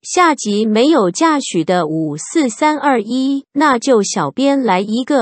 下集没有驾许的54321，那就小编来一个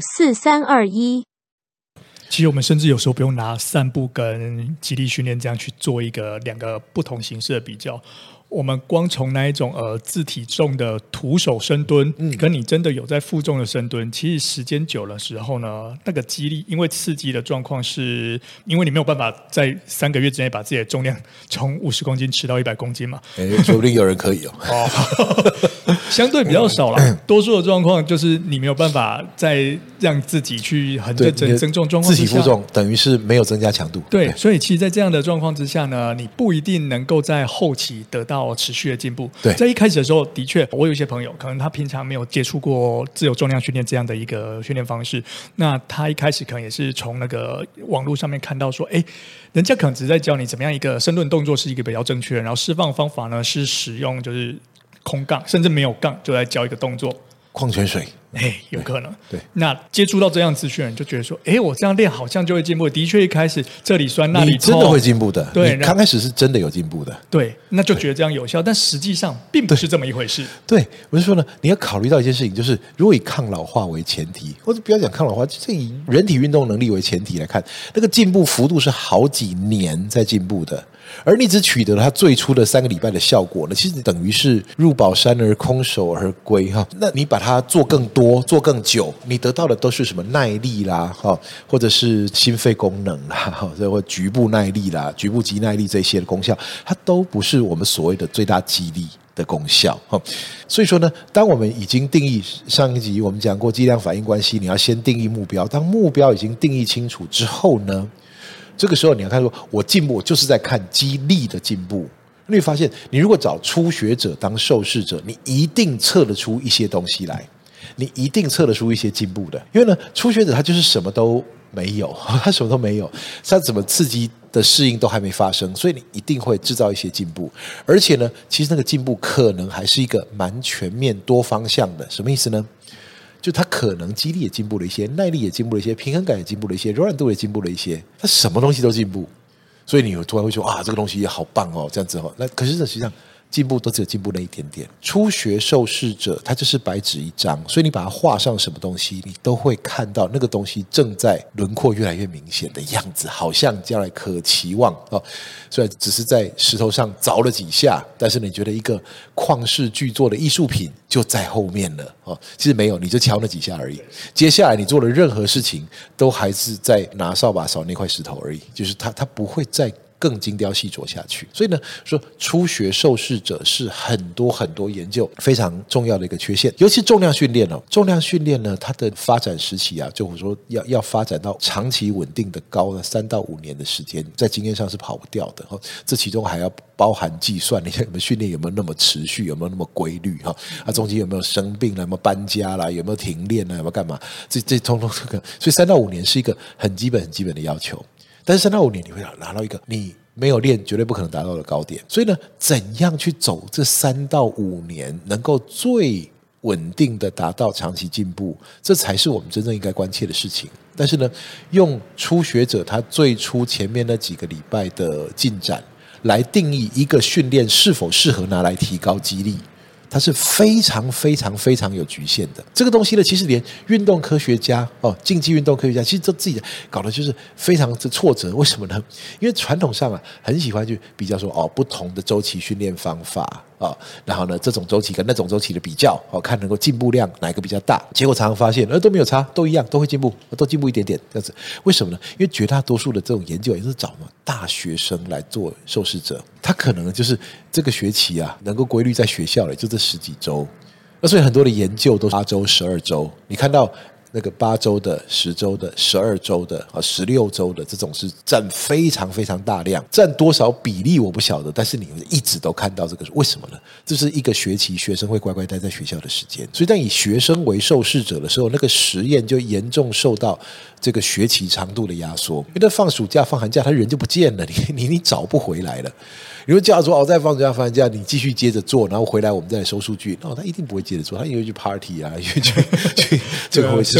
54321。 其实我们甚至有时候不用拿散步跟肌力训练这样去做两个不同形式的比较，我们光从那一种自体重的徒手深蹲，跟你真的有在负重的深蹲，其实时间久了时候呢，那个肌力因为刺激的状况是，因为你没有办法在3个月之内把自己的重量从50公斤吃到100公斤嘛， 说不定有人可以相对比较少啦。多数的状况就是你没有办法再让自己去很认真增重状况之下， 自体负重等于是没有增加强度。 对，所以其实在这样的状况之下呢，你不一定能够在后期得到持续的进步。 对， 在一开始的时候，的确我有一些朋友可能他平常没有接触过自由重量训练这样的一个训练方式，那他一开始可能也是从那个网络上面看到说，人家可能只是在教你怎么样一个深蹲动作是一个比较正确的，然后释放方法呢是使用就是空杠，甚至没有杠就在教一个动作， 矿泉水。 有可能。 对， 那接触到这样资讯的人就觉得说，我这样练好像就会进步。的确，一开始这里酸那里痛， 你真的会进步的。 对， 你刚开始是真的有进步的。 对，那就觉得这样有效，但实际上并不是这么一回事。 对，我是说呢，你要考虑到一件事情，就是如果以抗老化为前提，或者不要讲抗老化，就以人体运动能力为前提来看，那个进步幅度是好几年在进步的。而你只取得了它最初的3个礼拜的效果呢，其实等于是入宝山而空手而归哈。那你把它做更多、做更久，你得到的都是什么耐力啦，或者是心肺功能啦，或局部耐力啦、局部肌耐力这些的功效，它都不是我们所谓的最大肌力的功效。所以说呢，当我们已经定义，上一集我们讲过剂量反应关系，你要先定义目标。当目标已经定义清楚之后呢，这个时候你要看说，我进步，我就是在看肌力的进步。你会发现，你如果找初学者当受试者，你一定测得出一些东西来，你一定测得出一些进步的。因为呢，初学者他就是什么都没有，他什么都没有，他怎么刺激的适应都还没发生，所以你一定会制造一些进步。而且呢，其实那个进步可能还是一个蛮全面、多方向的。什么意思呢？就他可能肌力也进步了一些，耐力也进步了一些，平衡感也进步了一些，柔软度也进步了一些，他什么东西都进步，所以你突然会说这个东西也好棒哦，这样子那可是实际上进步都只有进步那一点点。初学受试者他就是白纸一张，所以你把它画上什么东西，你都会看到那个东西正在轮廓越来越明显的样子，好像将来可期望虽然只是在石头上凿了几下，但是你觉得一个旷世巨作的艺术品就在后面了其实没有，你就敲那几下而已。接下来你做的任何事情都还是在拿扫把扫那块石头而已，就是它不会再更精雕细琢下去。所以呢，说初学受试者是很多很多研究非常重要的一个缺陷。尤其重量训练重量训练呢，它的发展时期就我说要发展到长期稳定的高3到5年的时间，在经验上是跑不掉的这其中还要包含计算你们训练有没有那么持续，有没有那么规律中间有没有生病啦，有没有搬家啦，有没有停练啦，有没有干嘛，这通通这个，所以3到5年是一个很基本的要求。但是3到5年你会拿到一个你没有练绝对不可能达到的高点。所以呢，怎样去走这3到5年能够最稳定的达到长期进步，这才是我们真正应该关切的事情。但是呢，用初学者他最初前面那几个礼拜的进展来定义一个训练是否适合拿来提高肌力，它是非常非常非常有局限的。这个东西呢，其实连运动科学家竞技运动科学家其实都自己搞的就是非常的挫折。为什么呢？因为传统上很喜欢去比较说不同的周期训练方法然后呢这种周期跟那种周期的比较看能够进步量哪一个比较大。结果常常发现都没有差，都一样，都会进步，都进步一点点这样子。为什么呢？因为绝大多数的这种研究也是找大学生来做受试者，他可能就是这个学期能够规律在学校就这10几周，所以很多的研究都是8周、12周。你看到那个8周的、10周的、12周的、16周的，这种是占非常非常大量，占多少比例我不晓得，但是你一直都看到这个，为什么呢？这是一个学期学生会乖乖待在学校的时间，所以当以学生为受试者的时候，那个实验就严重受到这个学期长度的压缩。因为放暑假、放寒假，他人就不见了，你找不回来了。你说叫他说再放暑假放假，你继续接着做，然后回来我们再来收数据，他一定不会接着做，他因为去 party 因为去这个会是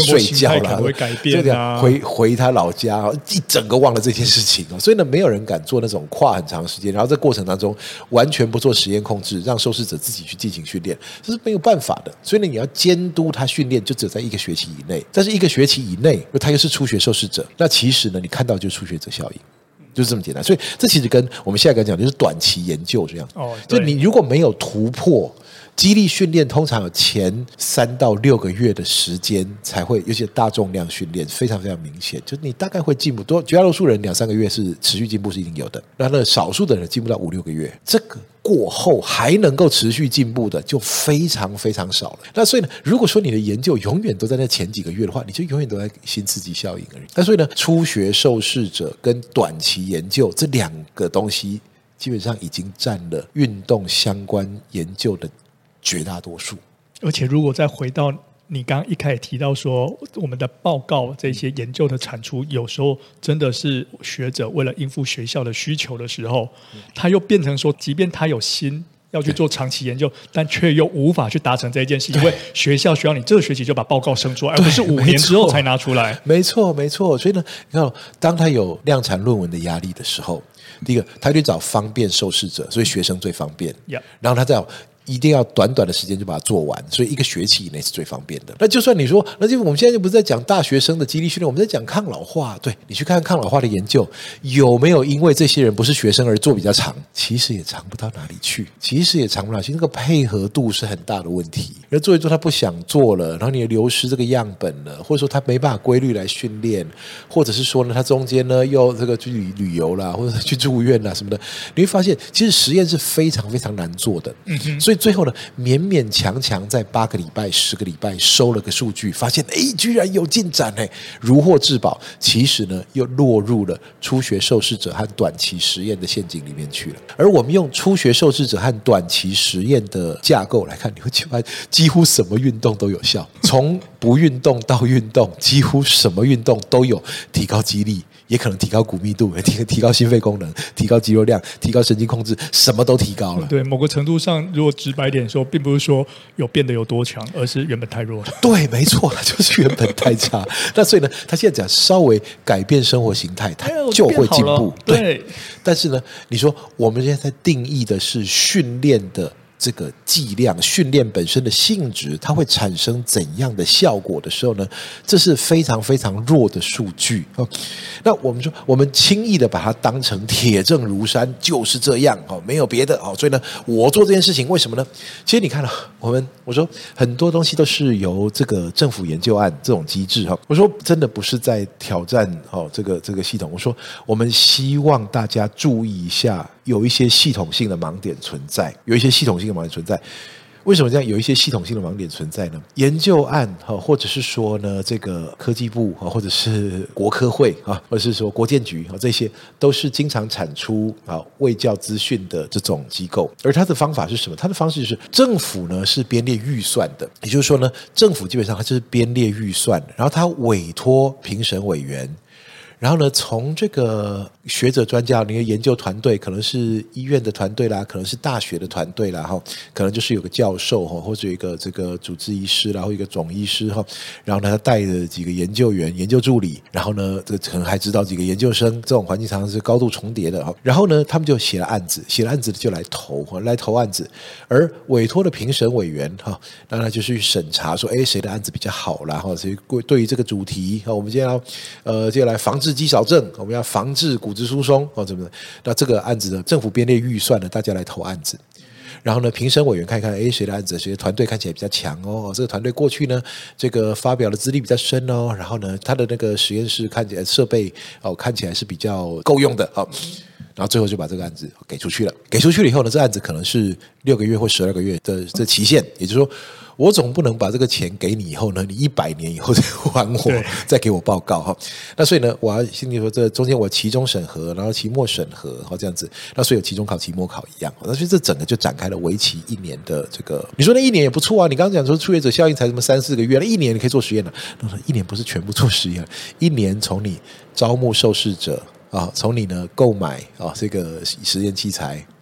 睡觉啦， 会改变啊， 回他老家，一整个忘了这件事情所以呢，没有人敢做那种跨很长时间，然后在过程当中完全不做实验控制，让受试者自己去进行训练，这是没有办法的。所以呢，你要监督他训练，就只有在1个学期以内。但是1个学期以内，他又是初学受试者，那其实呢，你看到就是初学者效应。就是这么简单，所以这其实跟我们现在讲就是短期研究这样。就你如果没有突破，肌力训练通常有前3到6个月的时间才会，尤其大重量训练非常非常明显，就你大概会进步多，绝大多数人2-3个月是持续进步是一定有的，那少数的人进步到5-6个月，这个过后还能够持续进步的就非常非常少了。那所以呢，如果说你的研究永远都在那前几个月的话，你就永远都在新刺激效应而已。那所以呢，初学受试者跟短期研究这2个东西基本上已经占了运动相关研究的绝大多数。 而且如果再回到你刚刚一开始提到说，我们的报告这些研究的产出，有时候真的是学者为了应付学校的需求的时候，他又变成说，即便他有心要去做长期研究，但却又无法去达成这一件事，因为学校需要你这个学期就把报告生出来，而不是5年之后才拿出来。 没错没错。所以呢，你看，当他有量产论文的压力的时候，第一个他就找方便受试者，所以学生最方便。然后他再一定要短短的时间就把它做完，所以1个学期以内是最方便的。那就算你说，那就我们现在就不是在讲大学生的肌力训练，我们在讲抗老化。对，你去看抗老化的研究，有没有因为这些人不是学生而做比较长？其实也长不到哪里去，那个配合度是很大的问题。而做一做他不想做了，然后你流失这个样本了，或者说他没办法规律来训练，或者是说呢，他中间呢又这个去旅游啦，或者去住院啦什么的，你会发现其实实验是非常非常难做的。所以最后呢，勉勉强强在8个礼拜、10个礼拜收了个数据，发现居然有进展如获至宝。其实呢，又落入了初学受试者和短期实验的陷阱里面去了。而我们用初学受试者和短期实验的架构来看，你会发现几乎什么运动都有效，从不运动到运动，几乎什么运动都有提高肌力，也可能提高骨密度，提高心肺功能，提高肌肉量，提高神经控制，什么都提高了。 对，某个程度上，如果直白点说，并不是说变得有多强，而是原本太弱了。 对，没错，就是原本太差。那所以呢，他现在讲稍微改变生活形态，他就会进步。对，但是呢，你说我们现在在定义的是训练的这个剂量，训练本身的性质，它会产生怎样的效果的时候呢，这是非常非常弱的数据。那我们说，我们轻易的把它当成铁证如山，就是这样没有别的。所以呢，我做这件事情为什么呢？其实你看了，我说很多东西都是由这个政府研究案这种机制我说真的不是在挑战这个系统。我说我们希望大家注意一下，有一些系统性的盲点存在，为什么这样？有一些系统性的盲点存在呢？研究案或者是说呢，这个科技部或者是国科会或者是说国健局这些都是经常产出卫教资讯的这种机构。而它的方法是什么？它的方式就是政府呢是编列预算的，也就是说呢，政府基本上它就是编列预算，然后它委托评审委员。然后呢，从这个学者专家，你的研究团队可能是医院的团队啦，可能是大学的团队啦，可能就是有个教授或者有一个这个主治医师啦，或一个总医师然后呢，他带着几个研究员、研究助理，然后呢，这可能还指导几个研究生，这种环境常常是高度重叠的然后呢，他们就写了案子就来投案子，而委托的评审委员当然就是去审查说，谁的案子比较好啦，谁对于这个主题我们接下来防治肌少症，我们要防治骨质疏松怎么的？那这个案子的政府编列预算呢，大家来投案子。然后呢，评审委员看一看，谁的案子，谁的团队看起来比较强这个团队过去呢，这个发表的资历比较深然后呢，他的那个实验室看起来设备看起来是比较够用的然后最后就把这个案子给出去了。给出去了以后呢，这案子可能是6个月或12个月的这期限，也就是说，我总不能把这个钱给你以后呢，你100年以后再还我，再给我报告那所以呢，我要心里说，这中间我期中审核，然后期末审核这样子。那所以有期中考、期末考一样。那所以这整个就展开了为期1年的这个。你说那1年也不错啊，你刚刚讲说初学者效应才什么3-4个月，那1年你可以做实验了。那1年不是全部做实验，1年从你招募受试者从你呢购买这个实验器材，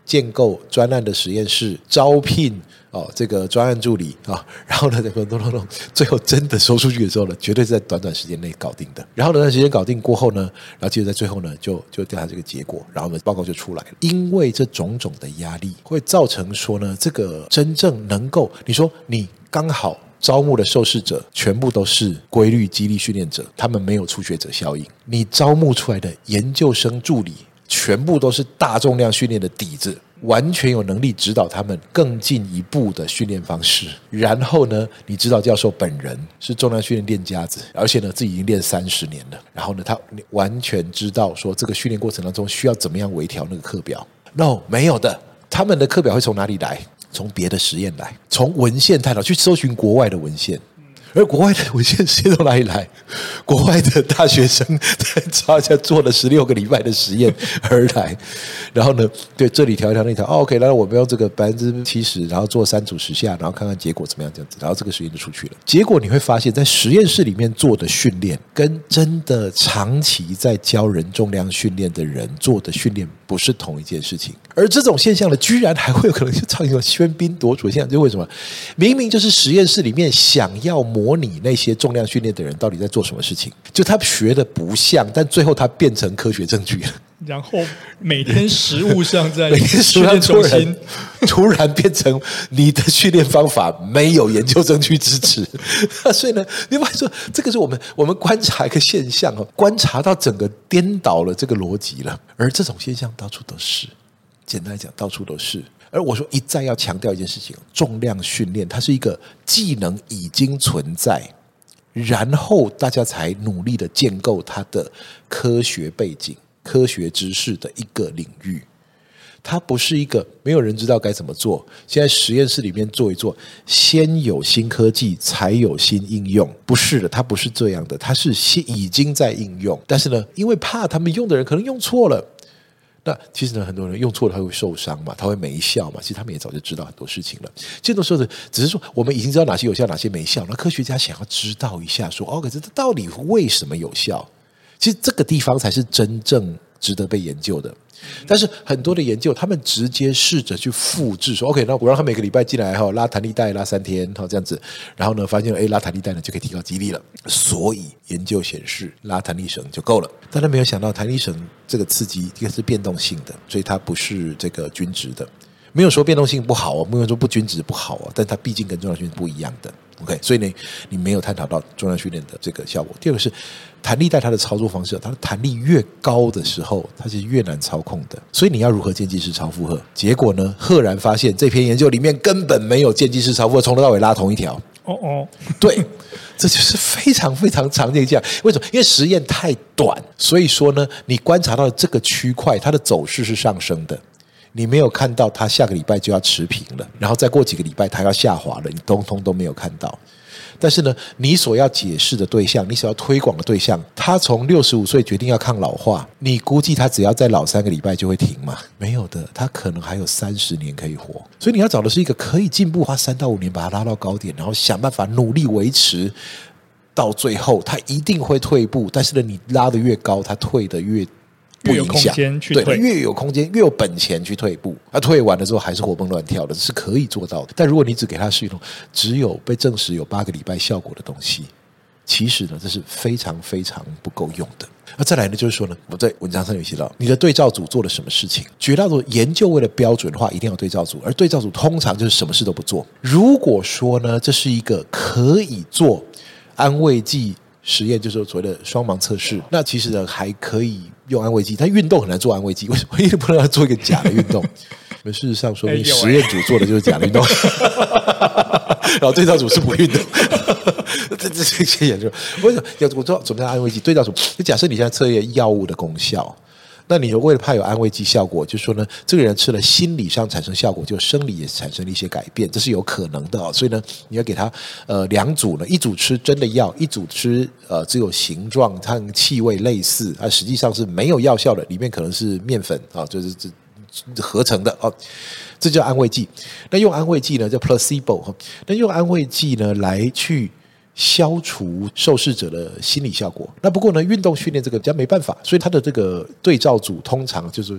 建构专案的实验室，招聘这个专案助理啊，然后呢，最后真的收出去的时候呢，绝对是在短短时间内搞定的。然后呢，时间搞定过后呢，然后接着在最后呢，就调查这个结果，然后呢，报告就出来了。因为这种种的压力，会造成说呢，这个真正能够，你说你刚好招募的受试者全部都是规律激励训练者，他们没有初学者效应。你招募出来的研究生助理全部都是大重量训练的底子，完全有能力指导他们更进一步的训练方式。然后呢，你指导教授本人是重量训练练家子，而且呢自己已经练30年了。然后呢，他完全知道说这个训练过程当中需要怎么样微调那个课表。No， 没有的，他们的课表会从哪里来？从别的实验来，从文献探讨去搜寻国外的文献。而国外的文献实验从哪里来？国外的大学生在抓下做了16个礼拜的实验而来，然后呢，对这里调一调那里调，OK， 然后我们用这个70%，然后做3组10下，然后看看结果怎么样这样子，然后这个实验就出去了。结果你会发现在实验室里面做的训练，跟真的长期在教人重量训练的人做的训练不是同一件事情。而这种现象呢，居然还会有可能就造成喧宾夺主的现象，就为什么？明明就是实验室里面想要模拟那些重量训练的人到底在做什么事情，就他学的不像，但最后他变成科学证据了。 然后每天实务上在每天训练中心突然变成你的训练方法没有研究证据支持，所以呢，你发现说这个是我们观察一个现象观察到整个颠倒了这个逻辑了，而这种现象到处都是，简单来讲到处都是。而我说一再要强调一件事情，重量训练它是一个技能已经存在，然后大家才努力的建构它的科学背景、科学知识的一个领域。它不是一个没有人知道该怎么做，现在实验室里面做一做，先有新科技才有新应用，不是的，它不是这样的，它是已经在应用，但是呢，因为怕他们用的人可能用错了。那其实呢，很多人用错了他会受伤嘛，他会没效嘛。其实他们也早就知道很多事情了。这种时候只是说我们已经知道哪些有效，哪些没效。那科学家想要知道一下说，可是这到底为什么有效？其实这个地方才是真正值得被研究的。但是很多的研究，他们直接试着去复制说 ，OK， 那我让他每个礼拜进来拉弹力带拉3天这样子，然后呢发现拉弹力带呢就可以提高肌力了。所以研究显示拉弹力绳就够了。但他没有想到弹力绳这个刺激这个是变动性的，所以它不是这个均值的。没有说变动性不好没有说不均值不好但它毕竟跟重量训练不一样的。OK， 所以呢，你没有探讨到重量训练的这个效果。第二个是弹力带它的操作方式，它的弹力越高的时候，它是越难操控的。所以你要如何渐进式超负荷？结果呢，赫然发现这篇研究里面根本没有渐进式超负荷，从头到尾拉同一条。对，这就是非常非常常见这样。为什么？因为实验太短，所以说呢，你观察到这个区块，它的走势是上升的。你没有看到它下个礼拜就要持平了，然后再过几个礼拜它要下滑了，你通通都没有看到。但是呢，你所要解释的对象，你所要推广的对象，他从65岁决定要抗老化，你估计他只要再老3个礼拜就会停吗？没有的，他可能还有30年可以活。所以你要找的是一个可以进步，花3到5年把它拉到高点，然后想办法努力维持，到最后他一定会退步。但是呢，你拉得越高，他退得越有空间去退， 对，越有空间越有本钱去退步。退完了之后还是活蹦乱跳的，是可以做到的。但如果你只给他是一种只有被证实有8个礼拜效果的东西，其实呢，这是非常非常不够用的。再来呢，就是说呢，我在文章上有写到，你的对照组做了什么事情？绝大多数研究为了标准化，一定要对照组，而对照组通常就是什么事都不做。如果说呢，这是一个可以做安慰剂实验，就是所谓的双盲测试，那其实呢还可以用安慰剂，但运动很难做安慰剂，为什么？因为不能做一个假的运动。事实上说明实验组做的就是假的运动，然后对照组是不运动。这些研究，为什么我知道怎么样安慰剂？对照组，就假设你现在测验药物的功效。那你为了怕有安慰剂效果，就是说呢，这个人吃了心理上产生效果，就生理也产生了一些改变，这是有可能的所以呢，你要给他2组呢，一组吃真的药，一组吃只有形状和气味类似实际上是没有药效的，里面可能是面粉就是合成的这叫安慰剂。那用安慰剂呢叫 placebo 那用安慰剂呢来去消除受试者的心理效果。那不过呢，运动训练这个比较没办法，所以他的这个对照组通常就是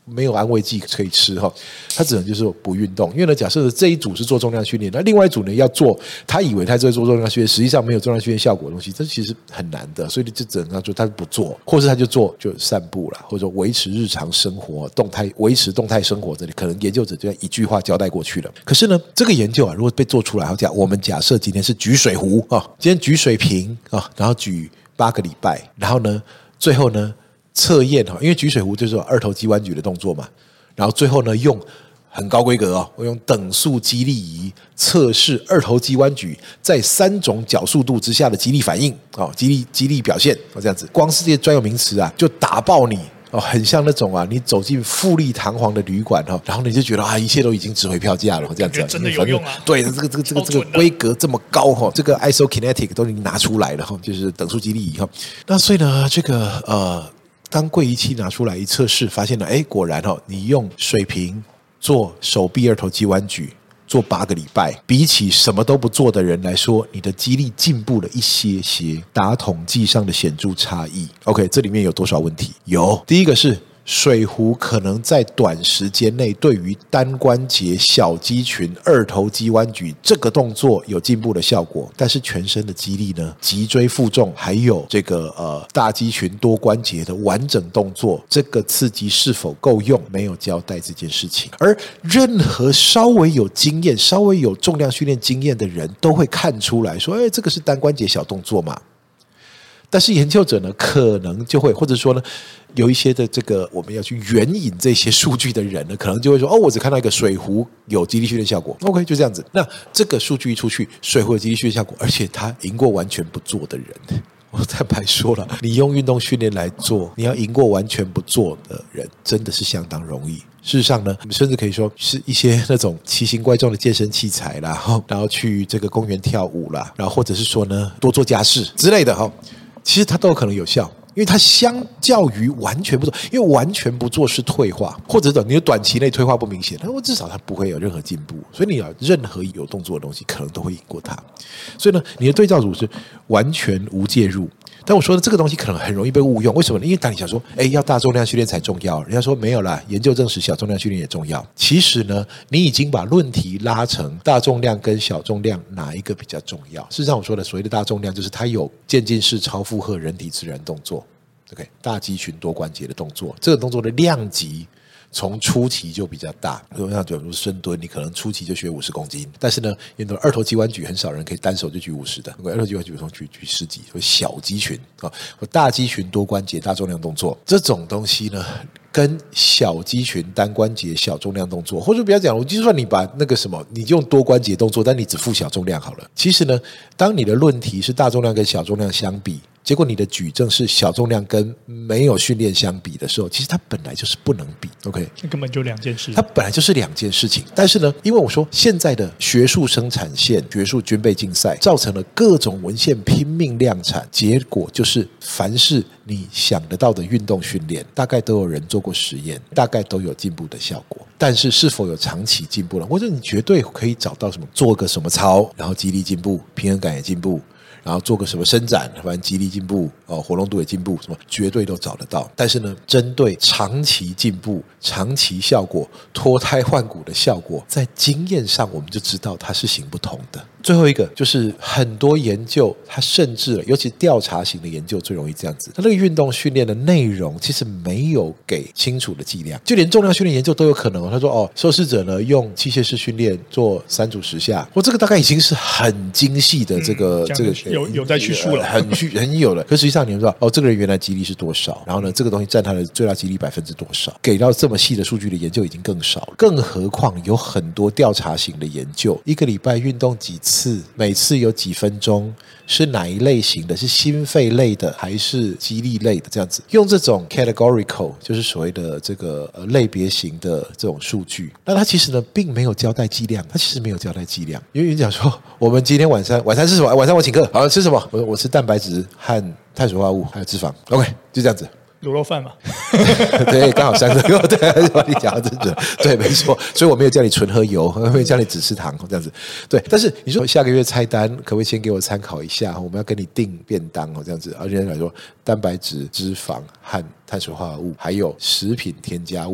没有安慰剂可以吃哈，他只能就是不运动。因为呢，假设这一组是做重量训练，那另外一组呢要做他以为他在做重量训练，实际上没有重量训练效果的东西，这其实很难的，所以就只能他说他不做，或是他就做就散步啦，或者说维持日常生活维持动态生活，这里可能研究者就一句话交代过去了。可是呢，这个研究啊，如果被做出来，我们假设今天是举水壶啊，今天举水瓶啊，然后举8个礼拜，然后呢，最后呢测验哈，因为举水壶就是二头肌弯举的动作嘛，然后最后呢用很高规格哦，我用等速肌力仪测试二头肌弯举在3种角速度之下的肌力反应哦，肌力表现哦，这样子，光是这些专有名词啊，就打爆你。哦，很像那种啊，你走进富丽堂皇的旅馆哈，然后你就觉得啊，一切都已经值回票价了，这样子， 真的有用啊！ 对，这个规格这么高哈，这个 isokinetic 都已经拿出来了哈，就是等速肌力仪哈。那所以呢，这个当柜仪器拿出来一测试，发现了，哎，果然哈，你用水平做手臂二头肌弯举。做8个礼拜，比起什么都不做的人来说，你的肌力进步了一些些，打统计上的显著差异。OK， 这里面有多少问题？有，第一个是水壶可能在短时间内对于单关节小肌群二头肌弯举这个动作有进步的效果，但是全身的肌力呢，脊椎负重还有这个大肌群多关节的完整动作，这个刺激是否够用，没有交代这件事情。而任何稍微有经验、稍微有重量训练经验的人都会看出来说，哎，这个是单关节小动作嘛。但是研究者呢，可能就会，或者说呢，有一些的这个我们要去援引这些数据的人呢，可能就会说，哦，我只看到一个水壶有肌力训练效果 ，OK， 就这样子。那这个数据一出去，水壶有肌力训练效果，而且他赢过完全不做的人。我坦白说了，你用运动训练来做，你要赢过完全不做的人，真的是相当容易。事实上呢，我们甚至可以说是一些那种奇形怪状的健身器材啦，然后去这个公园跳舞啦，然后或者是说呢，多做家事之类的哈。其实它都有可能有效，因为它相较于完全不做，因为完全不做是退化，或者你的短期内退化不明显，但至少它不会有任何进步，所以你要任何有动作的东西可能都会赢过它。所以呢，你的对照组是完全无介入。但我说的这个东西可能很容易被误用，为什么呢？因为当你想说，要大重量训练才重要，人家说没有啦，研究证实小重量训练也重要。其实呢，你已经把论题拉成大重量跟小重量哪一个比较重要。事实上，我说的所谓的大重量，就是它有渐进式超负荷人体自然动作 ，OK， 大肌群多关节的动作，这个动作的量级。从初期就比较大，比如深蹲，你可能初期就学50公斤，但是呢，因为二头肌弯举很少人可以单手就举50的，二头肌弯举举10几，所以小肌群啊，大肌群多关节大重量动作这种东西呢，跟小肌群单关节小重量动作，或者不要讲，我就算你把那个什么，你用多关节动作，但你只负小重量好了。其实呢，当你的论题是大重量跟小重量相比。结果你的举证是小重量跟没有训练相比的时候，其实它本来就是不能比 ，OK？ 那根本就2件事， 它本来就是2件事情。但是呢，因为我说现在的学术生产线、学术军备竞赛，造成了各种文献拼命量产，结果就是凡是你想得到的运动训练，大概都有人做过实验，大概都有进步的效果。但是是否有长期进步了？或者你绝对可以找到什么做个什么操，然后肌力进步，平衡感也进步。然后做个什么伸展，反正肌力进步活动度也进步，什么绝对都找得到。但是呢，针对长期进步、长期效果、脱胎换骨的效果，在经验上我们就知道它是行不通的。最后一个就是很多研究，它甚至尤其调查型的研究最容易这样子，它那个运动训练的内容其实没有给清楚的剂量，就连重量训练研究都有可能。他说受试者呢用器械式训练做3组10下，这个大概已经是很精细的这个有在叙述了， 很有了。可实际上你们知道这个人原来肌力是多少，然后呢这个东西占他的最大肌力%多少，给到这么细的数据的研究已经更少了。更何况有很多调查型的研究，1个礼拜运动几次，每次有几分钟，是哪一类型的，是心肺类的还是肌力类的，这样子用这种 categorical 就是所谓的这个类别型的这种数据，那它其实呢并没有交代剂量，它其实没有交代剂量。因为讲说我们今天晚餐吃什么？晚餐我请客，好吃什么？我吃蛋白质和碳水化合物还有脂肪 ，OK， 就这样子。 卤肉饭嘛， 对，刚好3个，对，你讲的真准，对，没错，所以我没有叫你纯喝油，没有叫你只吃糖这样子，对。但是你说下个月菜单可不可以先给我参考一下？我们要跟你订便当这样子，而且来说蛋白质、脂肪和碳水化合物，还有食品添加物。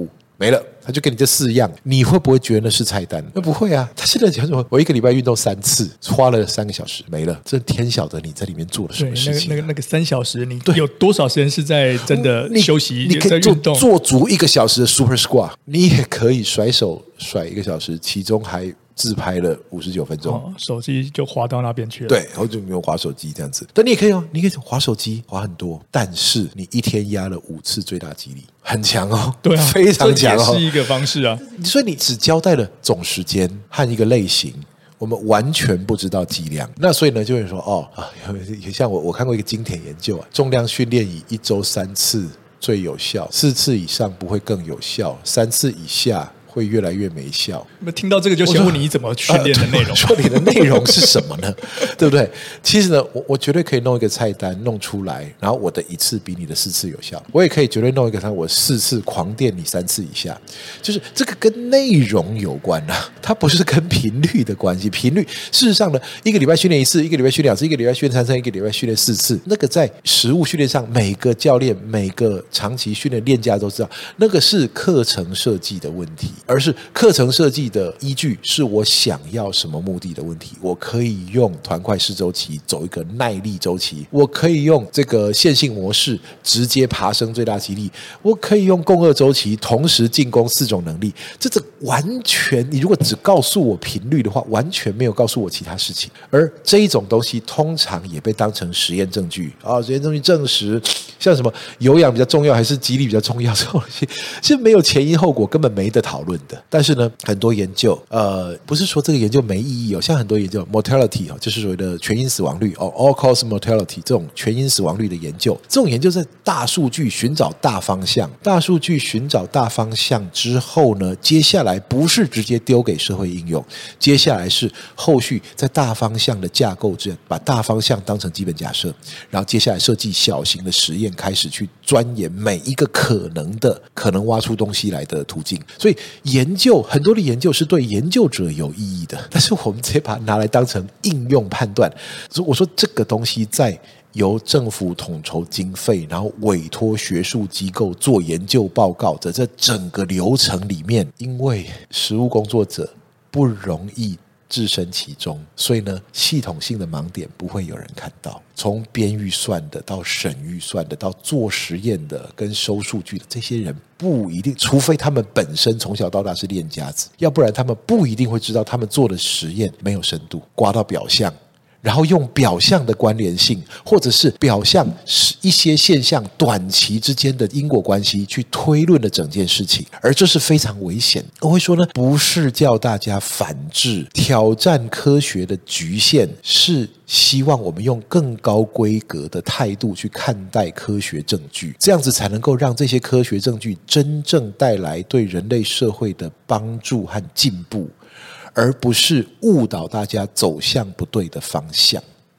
没了，他就给你这4样，你会不会觉得那是菜单？那不会啊。他现在讲什么？我1个礼拜运动3次，花了3个小时，没了。这天晓得你在里面做了什么事情、啊。 那个3小时，你有多少时间是在真的休息？ 你可以做足1个小时的 Super Squat， 你也可以甩手甩1个小时，其中还自拍了59分钟， 手机就滑到那边去了。 对，然后就没有滑手机这样子。但你也可以哦，你可以滑手机，滑很多，但是你一天压了5次最大肌力，很强哦， 对啊， 非常强哦， 这也是一个方式啊。 所以你只交代了总时间和一个类型。我们完全不知道剂量，那所以呢，就会说像我看过一个经典研究啊，重量训练以1周3次最有效，4次以上不会更有效，3次以下会越来越没效。 听到这个就先问你怎么训练的内容， 说你的内容是什么呢？对不对？其实呢，我绝对可以弄一个菜单弄出来，然后我的1次比你的4次有效，我也可以绝对弄一个我4次狂电你3次以下，就是这个跟内容有关啊，它不是跟频率的关系。频率事实上呢，1个礼拜训练1次，1个礼拜训练2次，1个礼拜训练3次，1个礼拜训练4次，那个在实务训练上，每个教练每个长期训练练家都知道，那个是课程设计的问题。而是课程设计的依据是我想要什么目的的问题。我可以用团块式周期走一个耐力周期，我可以用这个线性模式直接爬升最大肌力，我可以用共2周期同时进攻4种能力。这完全，你如果只告诉我频率的话，完全没有告诉我其他事情。而这一种东西通常也被当成实验证据啊，实验证据证实，像什么有氧比较重要还是肌力比较重要这种东西，是没有前因后果，根本没得讨论的。但是呢，很多研究不是说这个研究没意义哦，像很多研究 mortality 就是所谓的全因死亡率all cause mortality 这种全因死亡率的研究，这种研究在大数据寻找大方向，大数据寻找大方向之后呢，接下来不是直接丢给社会应用，接下来是后续在大方向的架构之下，把大方向当成基本假设，然后接下来设计小型的实验，开始去钻研每一个可能挖出东西来的途径。所以很多的研究是对研究者有意义的，但是我们直接把它拿来当成应用判断。我说这个东西在由政府统筹经费，然后委托学术机构做研究报告的这整个流程里面，因为实务工作者不容易置身其中，所以呢，系统性的盲点不会有人看到。从编预算的到审预算的到做实验的跟收数据的，这些人不一定，除非他们本身从小到大是练家子，要不然他们不一定会知道他们做的实验没有深度，刮到表象，然后用表象的关联性，或者是表象一些现象短期之间的因果关系去推论了整件事情，而这是非常危险。我会说呢，不是叫大家反制挑战科学的局限，是希望我们用更高规格的态度去看待科学证据，这样子才能够让这些科学证据真正带来对人类社会的帮助和进步，而不是误导大家走向不对的方向。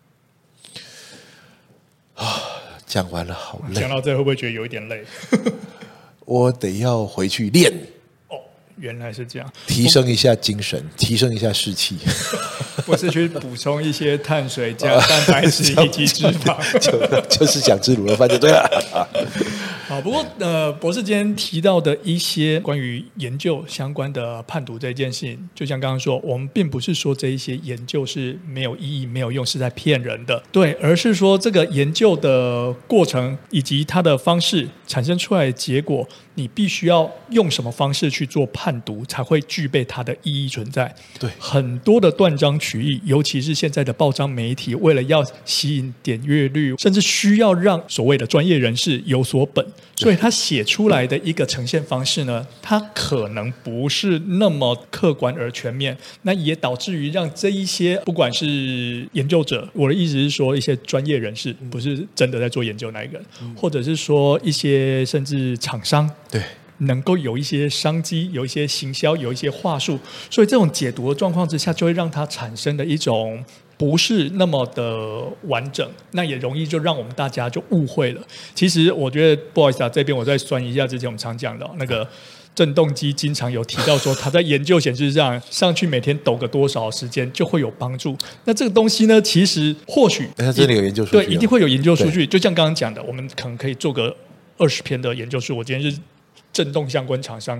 讲完了，好累。 讲到这会不会觉得有一点累？ 我得要回去练。 原来是这样， 提升一下精神，提升一下士气。 我是去补充一些碳水加蛋白质以及脂肪， 就是想吃卤肉饭就对了。 好，不过博士今天提到的一些关于研究相关的判读这件事情，就像刚刚说，我们并不是说这一些研究是没有意义、没有用，是在骗人的，对，而是说这个研究的过程以及它的方式产生出来的结果，你必须要用什么方式去做判读，才会具备它的意义存在。 对， 很多的断章取义，尤其是现在的报章媒体，为了要吸引点阅率，甚至需要让所谓的专业人士有所本，所以他写出来的一个呈现方式呢，它可能不是那么客观而全面，那也导致于让这一些不管是研究者，我的意思是说一些专业人士，不是真的在做研究那一个人，或者是说一些甚至厂商， 对， 能够有一些商机，有一些行销，有一些话术，所以这种解读的状况之下，就会让它产生的一种不是那么的完整，那也容易就让我们大家就误会了。其实我觉得不好意思啊，这边我再酸一下之前我们常讲的那个振动机，经常有提到说他在研究显示上去每天抖个多少时间就会有帮助。那这个东西呢，其实或许它这里有研究数据， 对，一定会有研究数据。就像刚刚讲的，我们可能可以做个20篇的研究数。我今天是振动相关厂商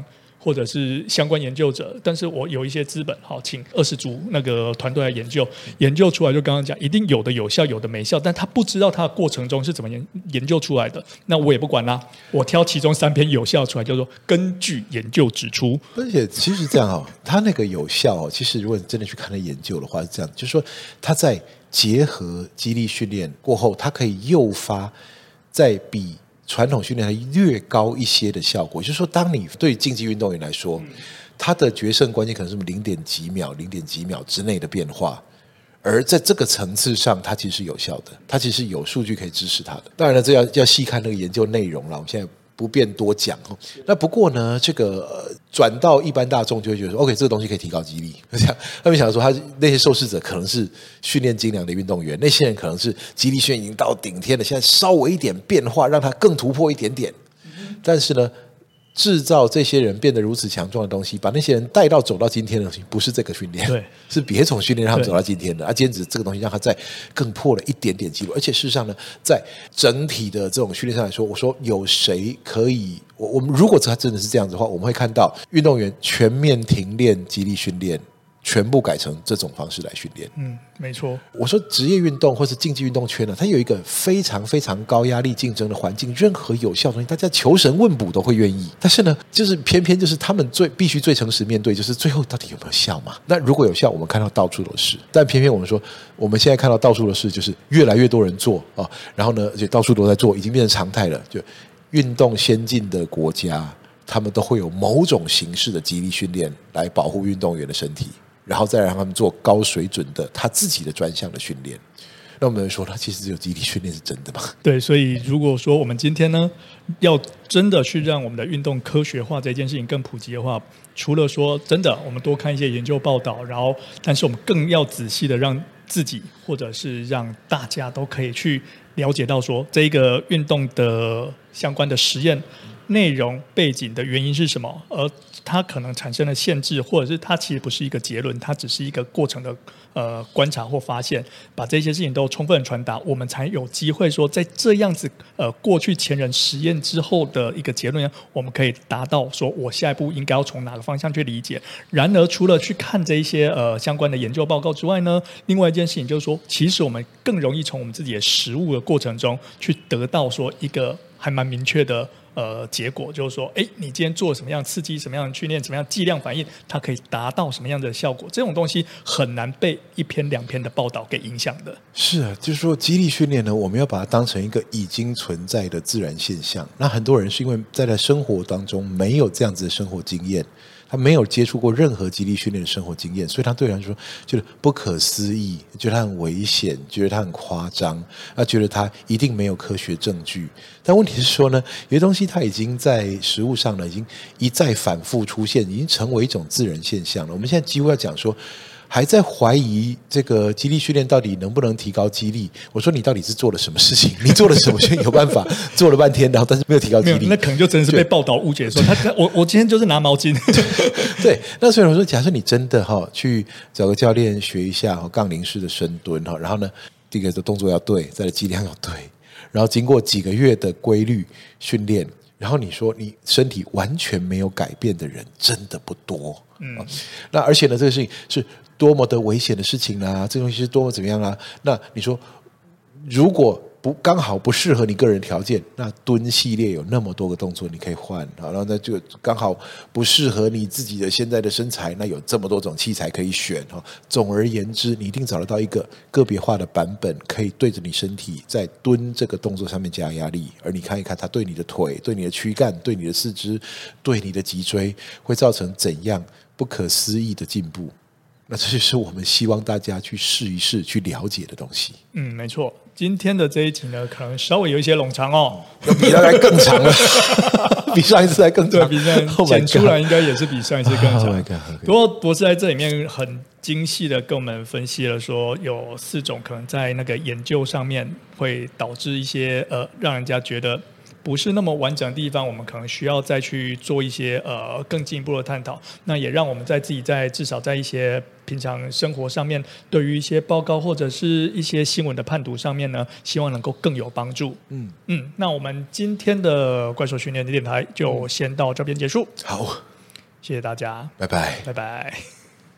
或者是相关研究者，但是我有一些资本，好，请20组那个团队来研究出来，就刚刚讲，一定有的有效，有的没效，但他不知道他的过程中是怎么研究出来的，那我也不管啦，我挑其中3篇有效出来，叫做根据研究指出。 而且其实这样哦，他那个有效哦，其实如果你真的去看他研究的话是这样，就是说他在结合肌力训练过后，它可以诱发在比传统训练还略高一些的效果。也就是说，当你对竞技运动员来说，他的决胜关键可能是0点几秒、0点几秒之内的变化。而在这个层次上，它其实是有效的，它其实有数据可以支持它的。当然了，这要细看那个研究内容了。我们现在不便多讲。那不过呢，这个转到一般大众就会觉得说 ，OK， 这个东西可以提高肌力。他们想说，那些受试者可能是训练精良的运动员，那些人可能是肌力训练已经到顶天了，现在稍微一点变化，让它更突破一点点。但是呢，制造这些人变得如此强壮的东西，把那些人带到走到今天的东西，不是这个训练， 对， 是别种训练让他们走到今天的。今天只是这个东西让他再更破了一点点记录，而且事实上呢，在整体的这种训练上来说，我说有谁可以？我们如果他真的是这样子的话，我们会看到运动员全面停练肌力训练。全部改成这种方式来训练。 没错。 我说职业运动或是竞技运动圈呢，它有一个非常非常高压力竞争的环境，任何有效的东西，大家求神问卜都会愿意。但是呢，就是偏偏就是他们必须最诚实面对，就是最后到底有没有效嘛？那如果有效，我们看到到处都是；但偏偏我们说，我们现在看到到处都是，就是越来越多人做啊，然后呢，而且到处都在做，已经变成常态了。就运动先进的国家，他们都会有某种形式的肌力训练来保护运动员的身体。然后再让他们做高水准的他自己的专项的训练。那我们说，他其实只有肌力训练是真的吗？ 对，所以如果说我们今天呢，要真的去让我们的运动科学化这件事情更普及的话，除了说真的我们多看一些研究报道，然后但是我们更要仔细的让自己或者是让大家都可以去了解到说这个运动的相关的实验内容背景的原因是什么，而它可能产生了限制，或者是它其实不是一个结论，它只是一个过程的观察或发现，把这些事情都充分传达，我们才有机会说在这样子过去前人实验之后的一个结论，我们可以达到说我下一步应该要从哪个方向去理解。然而除了去看这一些相关的研究报告之外呢，另外一件事情就是说，其实我们更容易从我们自己的实务的过程中去得到说一个还蛮明确的结果，就是说，你今天做了什么样的刺激，什么样的训练，什么样的剂量反应，它可以达到什么样的效果？这种东西很难被1篇2篇的报道给影响的。 是啊，就是说，肌力训练呢，我们要把它当成一个已经存在的自然现象。那很多人是因为在生活当中没有这样子的生活经验。他没有接触过任何肌力训练的生活经验，所以他对他说觉得不可思议，觉得他很危险，觉得他很夸张，觉得他一定没有科学证据。但问题是说呢，有些东西它已经在实务上呢，已经一再反复出现，已经成为一种自然现象了。我们现在几乎要讲说，还在怀疑这个肌力训练到底能不能提高肌力。我说你到底是做了什么事情？你做了什么训练有办法做了半天，然后但是没有提高肌力？ 那可能就真的是被报道误解说我今天就是拿毛巾。 对，那所以我说，假设你真的去找个教练学一下杠铃式的深蹲，然后呢，第一个的动作要对，再来肌量要对，然后经过几个月的规律训练，然后你说你身体完全没有改变的人真的不多。那而且呢，这个事情是多么的危险的事情啦，这东西是多么怎么样啦？那你说，如果刚好不适合你个人条件，那蹲系列有那么多个动作你可以换，然后那就刚好不适合你自己的现在的身材，那有这么多种器材可以选。总而言之，你一定找得到一个个别化的版本，可以对着你身体在蹲这个动作上面加压力，而你看一看它对你的腿、对你的躯干、对你的四肢、对你的脊椎会造成怎样不可思议的进步。那这就是我们希望大家去试一试、去了解的东西。 没错。今天的这一集呢，可能稍微有一些冗长哦， 比大概更长了，比上一次还更长。 对，比上一次剪出来应该也是比上一次更长。不过博士在这里面很精细的跟我们分析了说，有4种可能在那个研究上面会导致一些让人家觉得不是那么完整的地方，我们可能需要再去做一些更进一步的探讨。那也让我们自己至少在一些平常生活上面，对于一些报告或者是一些新闻的判读上面呢，希望能够更有帮助。那我们今天的怪兽训练电台就先到这边结束。 好， 谢谢大家， 拜拜。 拜拜。